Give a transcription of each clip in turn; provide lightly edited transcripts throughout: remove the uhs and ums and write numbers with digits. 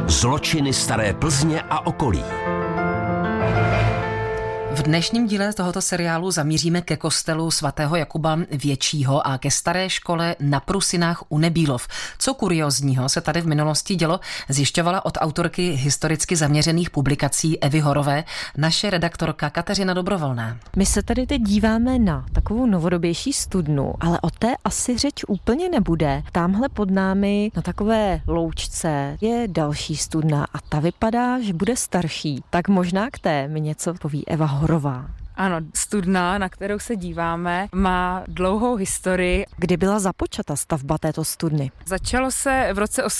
Zločiny staré Plzně a okolí. V dnešním díle tohoto seriálu zamíříme ke kostelu svatého Jakuba Většího a ke staré škole na Prusinách u Nebílov. Co kuriózního se tady v minulosti dělo, zjišťovala od autorky historicky zaměřených publikací Evy Horové naše redaktorka Kateřina Dobrovolná. My se tady teď díváme na takovou novodobější studnu, ale o té asi řeč úplně nebude. Tamhle pod námi na takové loučce je další studna a ta vypadá, že bude starší. Tak možná k té mi něco poví Eva Horová. Ano, studna, na kterou se díváme, má dlouhou historii. Kdy byla započata stavba této studny? Začalo se v roce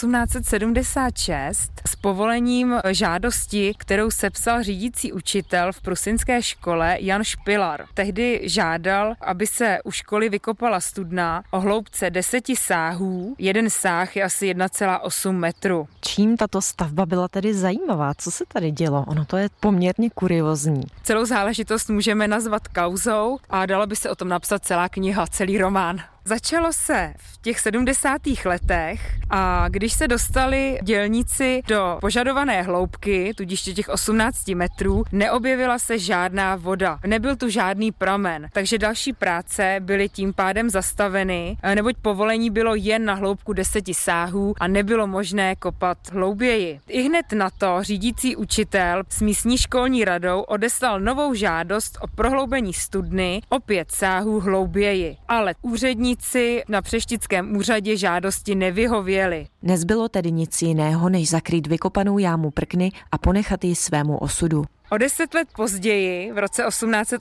1876 s povolením žádosti, kterou sepsal řídící učitel v prusinské škole Jan Špilar. Tehdy žádal, aby se u školy vykopala studna o hloubce 10 sáhů. Jeden sáh je asi 1,8 metru. Čím tato stavba byla tedy zajímavá? Co se tady dělo? Ono to je poměrně kuriózní. Celou záležitost můžeme nazvat kauzou a dalo by se o tom napsat celá kniha, celý román. Začalo se v těch 70. letech a když se dostali dělníci do požadované hloubky, tudíž těch 18 metrů, neobjevila se žádná voda. Nebyl tu žádný pramen, takže další práce byly tím pádem zastaveny, neboť povolení bylo jen na hloubku 10 sáhů a nebylo možné kopat hlouběji. Ihned na to řídící učitel s místní školní radou odeslal novou žádost o prohloubení studny o 5 sáhů hlouběji, ale úředníci na Přeštickém úřadě žádosti nevyhověli. Nezbylo tedy nic jiného, než zakrýt vykopanou jámu prkny a ponechat ji svému osudu. O 10 let později, v roce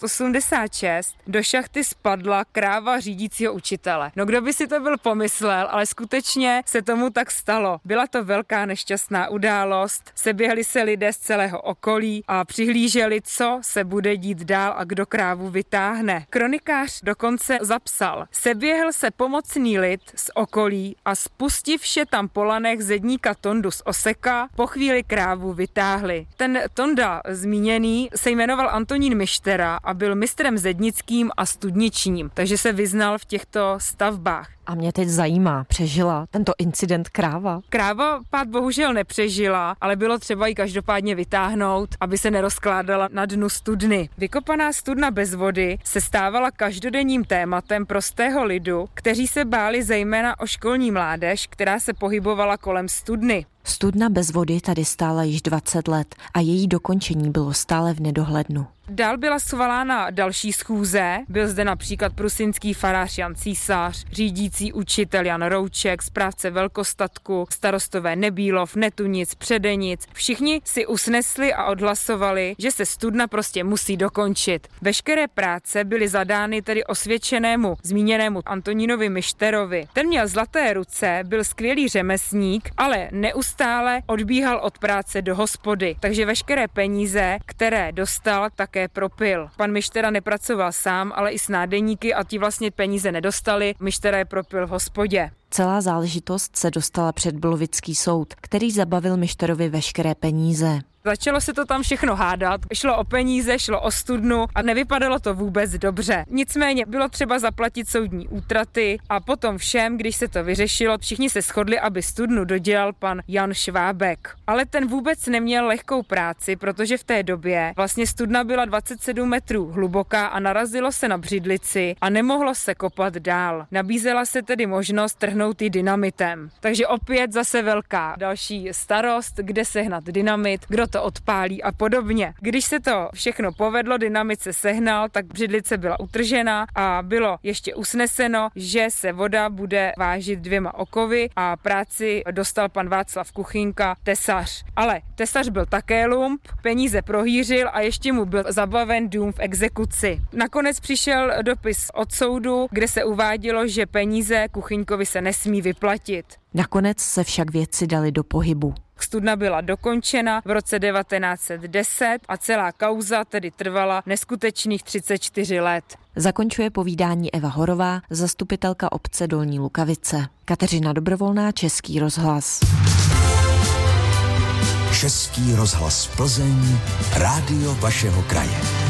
1886, do šachty spadla kráva řídícího učitele. No kdo by si to byl pomyslel, ale skutečně se tomu tak stalo. Byla to velká nešťastná událost, seběhli se lidé z celého okolí a přihlíželi, co se bude dít dál a kdo krávu vytáhne. Kronikář dokonce zapsal: seběhl se pomocný lid z okolí a spustivše tam po lanech zedníka Tondu z Oseka, po chvíli krávu vytáhli. Ten Tonda zmíněný se jmenoval Antonín Mištera a byl mistrem zednickým a studničním, takže se vyznal v těchto stavbách. A mě teď zajímá, přežila tento incident kráva? Kráva pád bohužel nepřežila, ale bylo třeba ji každopádně vytáhnout, aby se nerozkládala na dnu studny. Vykopaná studna bez vody se stávala každodenním tématem prostého lidu, kteří se báli zejména o školní mládež, která se pohybovala kolem studny. Studna bez vody tady stála již 20 let a její dokončení bylo stále v nedohlednu. Dál byla svolána další schůze, byl zde například prusinský farář Jan Císař, řídící učitel Jan Rouček, správce velkostatku, starostové Nebílov, Netunic, Předenic. Všichni si usnesli a odhlasovali, že se studna prostě musí dokončit. Veškeré práce byly zadány tedy osvědčenému zmíněnému Antonínovi Mišterovi. Ten měl zlaté ruce, byl skvělý řemeslník, ale neustále odbíhal od práce do hospody, takže veškeré peníze, které dostal, také propil. Pan Mištera nepracoval sám, ale i s nádeníky a ti vlastně peníze nedostali. Mištera je propil v hospodě. Celá záležitost se dostala před Blovický soud, který zabavil Mišterovi veškeré peníze. Začalo se to tam všechno hádat, šlo o peníze, šlo o studnu a nevypadalo to vůbec dobře. Nicméně bylo třeba zaplatit soudní útraty a potom všem, když se to vyřešilo, všichni se shodli, aby studnu dodělal pan Jan Švábek. Ale ten vůbec neměl lehkou práci, protože v té době vlastně studna byla 27 metrů hluboká a narazilo se na břidlici a nemohlo se kopat dál. Nabízela se tedy možnost trhnout ji dynamitem. Takže opět zase velká další starost, kde sehnat dynamit, kdo to odpálí a podobně. Když se to všechno povedlo, dynamit se sehnal, tak břidlice byla utržena a bylo ještě usneseno, že se voda bude vážit 2 okovy a práci dostal pan Václav Kuchynka, tesař. Ale tesař byl také lump, peníze prohýřil a ještě mu byl zabaven dům v exekuci. Nakonec přišel dopis od soudu, kde se uvádělo, že peníze Kuchyňkovi se nesmí vyplatit. Nakonec se však věci daly do pohybu. Studna byla dokončena v roce 1910 a celá kauza tedy trvala neskutečných 34 let. Zakončuje povídání Eva Horová, zastupitelka obce Dolní Lukavice. Kateřina Dobrovolná, Český rozhlas. Český rozhlas Plzeň, rádio vašeho kraje.